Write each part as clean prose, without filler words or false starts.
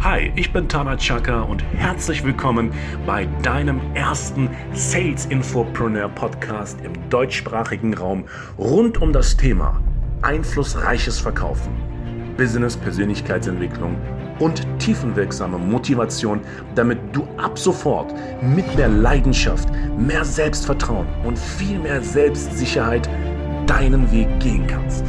Hi, ich bin Tana Chaka und herzlich willkommen bei deinem ersten Sales Infopreneur Podcast im deutschsprachigen Raum rund um das Thema einflussreiches Verkaufen, Business, Persönlichkeitsentwicklung und tiefenwirksame Motivation, damit du ab sofort mit mehr Leidenschaft, mehr Selbstvertrauen und viel mehr Selbstsicherheit deinen Weg gehen kannst.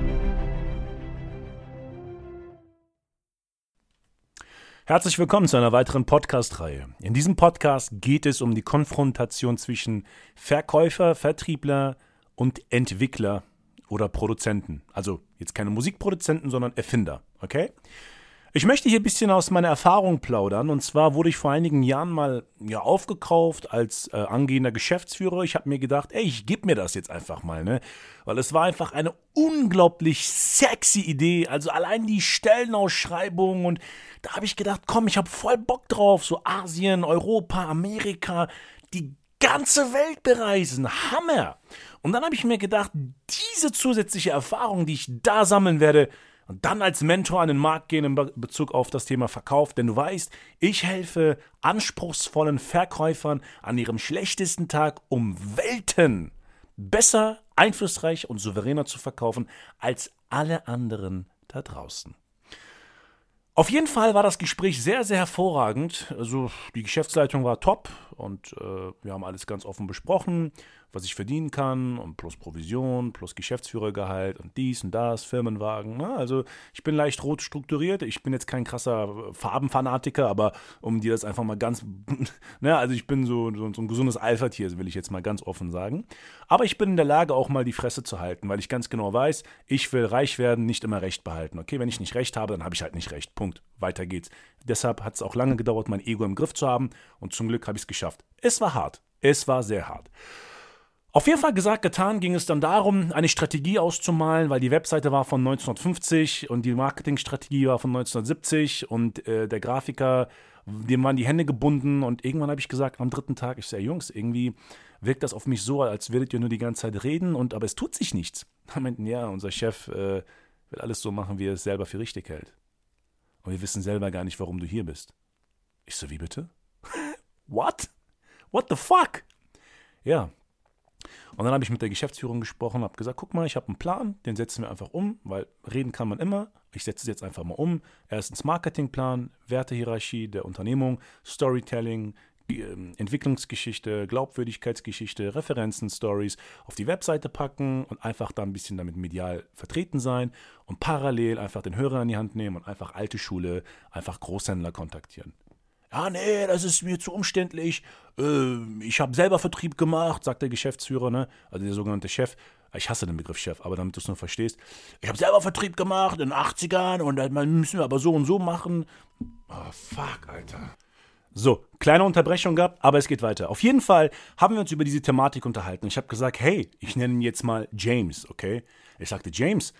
Herzlich willkommen zu einer weiteren Podcast-Reihe. In diesem Podcast geht es um die Konfrontation zwischen Verkäufer, Vertriebler und Entwickler oder Produzenten. Also jetzt keine Musikproduzenten, sondern Erfinder, okay? Ich möchte hier ein bisschen aus meiner Erfahrung plaudern. Und zwar wurde ich vor einigen Jahren mal aufgekauft als angehender Geschäftsführer. Ich habe mir gedacht, ich gebe mir das jetzt einfach mal, ne? Weil es war einfach eine unglaublich sexy Idee. Also allein die Stellenausschreibung, und da habe ich gedacht, komm, ich habe voll Bock drauf. So Asien, Europa, Amerika, die ganze Welt bereisen. Hammer! Und dann habe ich mir gedacht, diese zusätzliche Erfahrung, die ich da sammeln werde, und dann als Mentor an den Markt gehen in Bezug auf das Thema Verkauf. Denn du weißt, ich helfe anspruchsvollen Verkäufern an ihrem schlechtesten Tag, um Welten besser, einflussreich und souveräner zu verkaufen als alle anderen da draußen. Auf jeden Fall war das Gespräch sehr, sehr hervorragend. Also die Geschäftsleitung war top und wir haben alles ganz offen besprochen, was ich verdienen kann und plus Provision, plus Geschäftsführergehalt und dies und das, Firmenwagen. Na, also ich bin leicht rot strukturiert. Ich bin jetzt kein krasser Farbenfanatiker, aber um dir das einfach mal ganz, also ich bin so ein gesundes Alpha-Tier, will ich jetzt mal ganz offen sagen. Aber ich bin in der Lage, auch mal die Fresse zu halten, weil ich ganz genau weiß, ich will reich werden, nicht immer Recht behalten. Okay, wenn ich nicht Recht habe, dann habe ich halt nicht Recht. Punkt. Weiter geht's. Deshalb hat es auch lange gedauert, mein Ego im Griff zu haben und zum Glück habe ich es geschafft. Es war hart. Es war sehr hart. Auf jeden Fall gesagt, getan, ging es dann darum, eine Strategie auszumalen, weil die Webseite war von 1950 und die Marketingstrategie war von 1970 und der Grafiker, dem waren die Hände gebunden und irgendwann habe ich gesagt, am dritten Tag, ich sage, Jungs, irgendwie wirkt das auf mich so, als würdet ihr nur die ganze Zeit reden, aber es tut sich nichts. Da meinten, ja, unser Chef will alles so machen, wie er es selber für richtig hält. Und wir wissen selber gar nicht, warum du hier bist. Ich so, wie bitte? What? What the fuck? Ja. Und dann habe ich mit der Geschäftsführung gesprochen, habe gesagt, guck mal, ich habe einen Plan, den setzen wir einfach um, weil reden kann man immer. Ich setze es jetzt einfach mal um. Erstens Marketingplan, Wertehierarchie der Unternehmung, Storytelling, Entwicklungsgeschichte, Glaubwürdigkeitsgeschichte, Referenzen, Stories auf die Webseite packen und einfach da ein bisschen damit medial vertreten sein und parallel einfach den Hörer in die Hand nehmen und einfach alte Schule, einfach Großhändler kontaktieren. Ja, nee, das ist mir zu umständlich. Ich habe selber Vertrieb gemacht, sagt der Geschäftsführer, ne? Also der sogenannte Chef. Ich hasse den Begriff Chef, aber damit du es nur verstehst. Ich habe selber Vertrieb gemacht in den 80ern und dann müssen wir aber so und so machen. Oh, fuck, Alter. So, kleine Unterbrechung gehabt, aber es geht weiter. Auf jeden Fall haben wir uns über diese Thematik unterhalten. Ich habe gesagt, hey, ich nenne ihn jetzt mal James, okay? Ich sagte, James,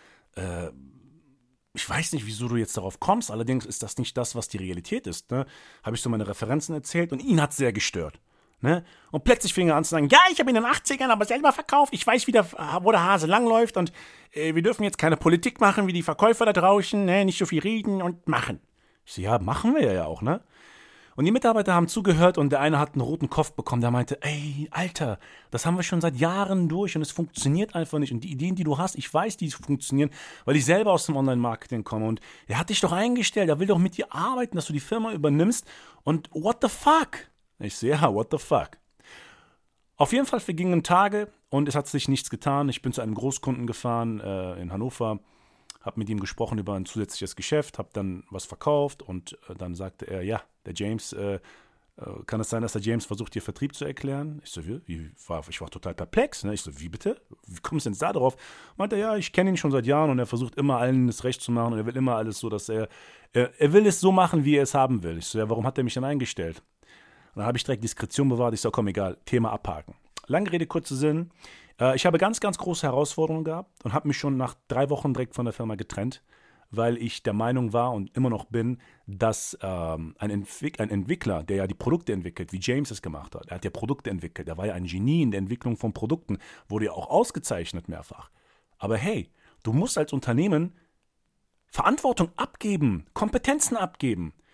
ich weiß nicht, wieso du jetzt darauf kommst, allerdings ist das nicht das, was die Realität ist. Ne? Habe ich so meine Referenzen erzählt und ihn hat es sehr gestört. Ne? Und plötzlich fing er an zu sagen, ja, ich habe in den 80ern aber selber verkauft, ich weiß, wo der Hase langläuft und wir dürfen jetzt keine Politik machen wie die Verkäufer da draußen, ne? Nicht so viel reden und machen. Ich so, ja, machen wir ja auch, ne? Und die Mitarbeiter haben zugehört und der eine hat einen roten Kopf bekommen, der meinte, ey, Alter, das haben wir schon seit Jahren durch und es funktioniert einfach nicht. Und die Ideen, die du hast, ich weiß, die funktionieren, weil ich selber aus dem Online-Marketing komme. Und er hat dich doch eingestellt, er will doch mit dir arbeiten, dass du die Firma übernimmst. Und what the fuck? Ich so, ja, what the fuck? Auf jeden Fall vergingen Tage und es hat sich nichts getan. Ich bin zu einem Großkunden gefahren in Hannover, habe mit ihm gesprochen über ein zusätzliches Geschäft, habe dann was verkauft und dann sagte er, ja, der James, kann es sein, dass der James versucht, dir Vertrieb zu erklären? Ich so, ich war total perplex. Ne? Ich so, wie bitte? Wie kommst du denn da drauf? Meinte er, ja, ich kenne ihn schon seit Jahren und er versucht immer allen das Recht zu machen und er will immer alles so, dass er will es so machen, wie er es haben will. Ich so, ja, warum hat er mich denn eingestellt? Und dann habe ich direkt Diskretion bewahrt. Ich so, komm, egal, Thema abhaken. Lange Rede, kurzer Sinn. Ich habe ganz, ganz große Herausforderungen gehabt und habe mich schon nach 3 Wochen direkt von der Firma getrennt, weil ich der Meinung war und immer noch bin, dass ein Entwickler, der ja die Produkte entwickelt, wie James es gemacht hat, er hat ja Produkte entwickelt, er war ja ein Genie in der Entwicklung von Produkten, wurde ja auch ausgezeichnet mehrfach. Aber hey, du musst als Unternehmen Verantwortung abgeben, Kompetenzen abgeben.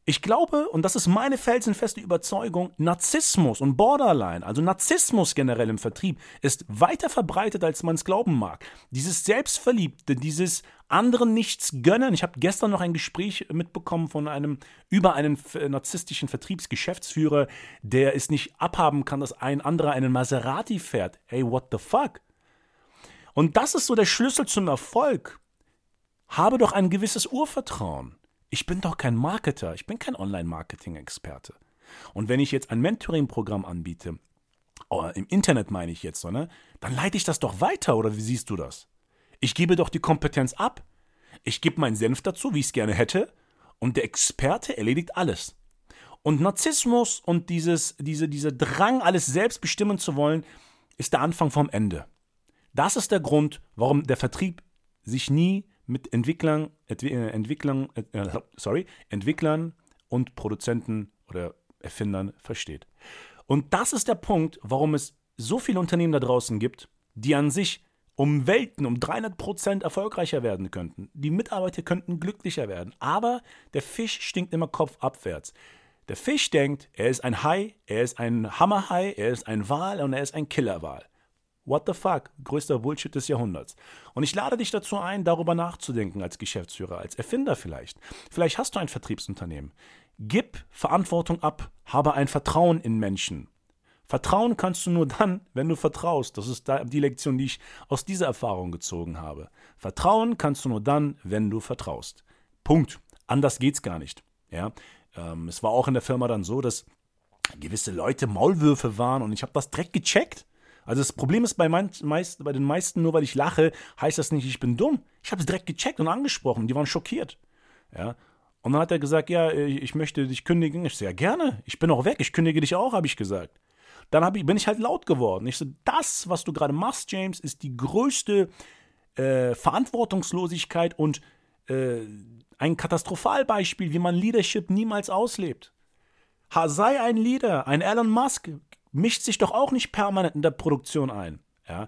Ich glaube, und das ist meine felsenfeste Überzeugung, Narzissmus und Borderline, also Narzissmus generell im Vertrieb, ist weiter verbreitet, als man es glauben mag. Dieses Selbstverliebte, dieses anderen nichts gönnen. Ich habe gestern noch ein Gespräch mitbekommen über einen narzisstischen Vertriebsgeschäftsführer, der es nicht abhaben kann, dass ein anderer einen Maserati fährt. Hey, what the fuck? Und das ist so der Schlüssel zum Erfolg. Habe doch ein gewisses Urvertrauen. Ich bin doch kein Marketer, ich bin kein Online-Marketing-Experte. Und wenn ich jetzt ein Mentoring-Programm anbiete, im Internet meine ich jetzt, dann leite ich das doch weiter, oder wie siehst du das? Ich gebe doch die Kompetenz ab, ich gebe meinen Senf dazu, wie ich es gerne hätte, und der Experte erledigt alles. Und Narzissmus und dieser Drang, alles selbst bestimmen zu wollen, ist der Anfang vom Ende. Das ist der Grund, warum der Vertrieb sich nie mit Entwicklern und Produzenten oder Erfindern versteht. Und das ist der Punkt, warum es so viele Unternehmen da draußen gibt, die an sich um Welten, um 300% erfolgreicher werden könnten. Die Mitarbeiter könnten glücklicher werden. Aber der Fisch stinkt immer kopfabwärts. Der Fisch denkt, er ist ein Hai, er ist ein Hammerhai, er ist ein Wal und er ist ein Killerwal. What the fuck? Größter Bullshit des Jahrhunderts. Und ich lade dich dazu ein, darüber nachzudenken als Geschäftsführer, als Erfinder vielleicht. Vielleicht hast du ein Vertriebsunternehmen. Gib Verantwortung ab, habe ein Vertrauen in Menschen. Vertrauen kannst du nur dann, wenn du vertraust. Das ist die Lektion, die ich aus dieser Erfahrung gezogen habe. Vertrauen kannst du nur dann, wenn du vertraust. Punkt. Anders geht's gar nicht. Ja? Es war auch in der Firma dann so, dass gewisse Leute Maulwürfe waren und ich habe das direkt gecheckt. Also das Problem ist bei den meisten, nur weil ich lache, heißt das nicht, ich bin dumm. Ich habe es direkt gecheckt und angesprochen. Die waren schockiert. Ja. Und dann hat er gesagt, ja, ich möchte dich kündigen. Ich so, ja gerne, ich bin auch weg, ich kündige dich auch, habe ich gesagt. Dann bin ich halt laut geworden. Ich so, das, was du gerade machst, James, ist die größte Verantwortungslosigkeit und ein Katastrophalbeispiel, wie man Leadership niemals auslebt. Sei ein Leader, ein Elon Musk mischt sich doch auch nicht permanent in der Produktion ein. Ja?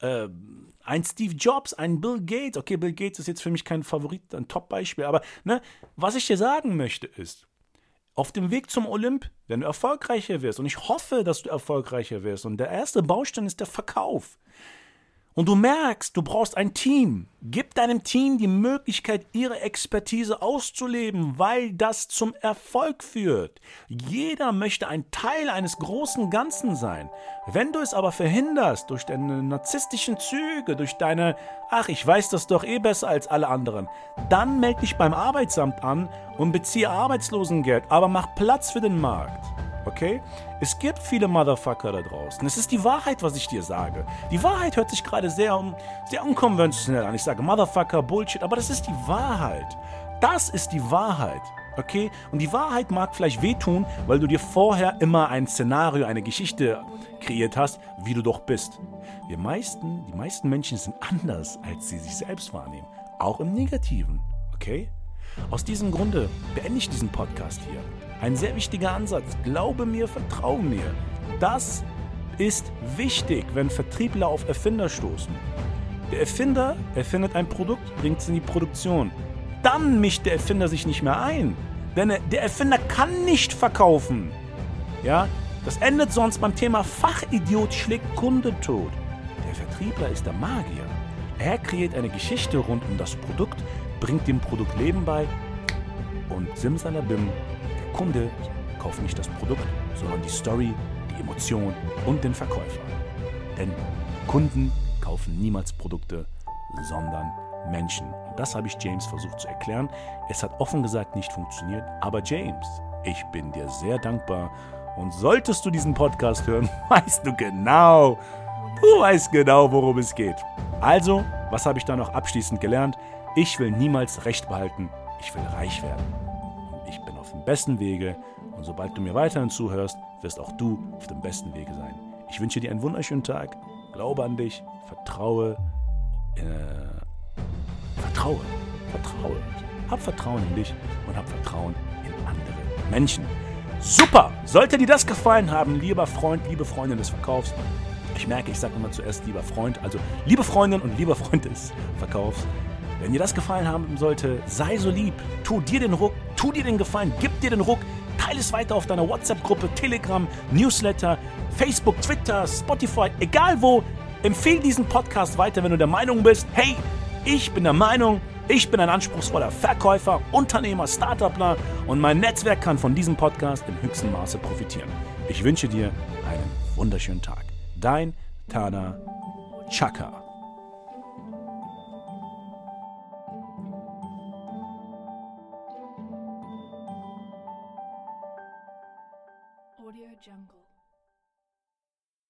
Ein Steve Jobs, ein Bill Gates, okay, Bill Gates ist jetzt für mich kein Favorit, ein Top-Beispiel, aber was ich dir sagen möchte ist, auf dem Weg zum Olymp, wenn du erfolgreicher wirst, und ich hoffe, dass du erfolgreicher wirst, und der erste Baustein ist der Verkauf. Und du merkst, du brauchst ein Team. Gib deinem Team die Möglichkeit, ihre Expertise auszuleben, weil das zum Erfolg führt. Jeder möchte ein Teil eines großen Ganzen sein. Wenn du es aber verhinderst, durch deine narzisstischen Züge, durch deine, ich weiß das doch eh besser als alle anderen, dann melde dich beim Arbeitsamt an und beziehe Arbeitslosengeld, aber mach Platz für den Markt. Okay? Es gibt viele Motherfucker da draußen. Es ist die Wahrheit, was ich dir sage. Die Wahrheit hört sich gerade sehr unkonventionell an. Ich sage Motherfucker, Bullshit, aber das ist die Wahrheit. Das ist die Wahrheit. Okay? Und die Wahrheit mag vielleicht wehtun, weil du dir vorher immer ein Szenario, eine Geschichte kreiert hast, wie du doch bist. Die meisten Menschen sind anders, als sie sich selbst wahrnehmen. Auch im Negativen. Okay? Aus diesem Grunde beende ich diesen Podcast hier. Ein sehr wichtiger Ansatz. Glaube mir, vertraue mir. Das ist wichtig, wenn Vertriebler auf Erfinder stoßen. Der Erfinder erfindet ein Produkt, bringt es in die Produktion. Dann mischt der Erfinder sich nicht mehr ein. Denn der Erfinder kann nicht verkaufen. Ja? Das endet sonst beim Thema Fachidiot schlägt Kunde tot. Der Vertriebler ist der Magier. Er kreiert eine Geschichte rund um das Produkt, bringt dem Produkt Leben bei und simsalabim, der Kunde kauft nicht das Produkt, sondern die Story, die Emotion und den Verkäufer. Denn Kunden kaufen niemals Produkte, sondern Menschen. Und das habe ich James versucht zu erklären. Es hat offen gesagt nicht funktioniert, aber James, ich bin dir sehr dankbar. Und solltest du diesen Podcast hören, weißt du genau, worum es geht. Also, was habe ich da noch abschließend gelernt? Ich will niemals Recht behalten, ich will reich werden. Und ich bin auf dem besten Wege. Und sobald du mir weiterhin zuhörst, wirst auch du auf dem besten Wege sein. Ich wünsche dir einen wunderschönen Tag. Glaube an dich, vertraue. Hab Vertrauen in dich und hab Vertrauen in andere Menschen. Super! Sollte dir das gefallen haben, lieber Freund, liebe Freundin des Verkaufs, ich merke, ich sage immer zuerst lieber Freund, also liebe Freundin und lieber Freund des Verkaufs, Wenn dir das gefallen haben sollte, sei so lieb, tu dir den Gefallen, gib dir den Ruck, teile es weiter auf deiner WhatsApp-Gruppe, Telegram, Newsletter, Facebook, Twitter, Spotify, egal wo. Empfehle diesen Podcast weiter, wenn du der Meinung bist, hey, ich bin der Meinung, ich bin ein anspruchsvoller Verkäufer, Unternehmer, Startupler und mein Netzwerk kann von diesem Podcast im höchsten Maße profitieren. Ich wünsche dir einen wunderschönen Tag. Dein Tada Chaka. Audio Jungle.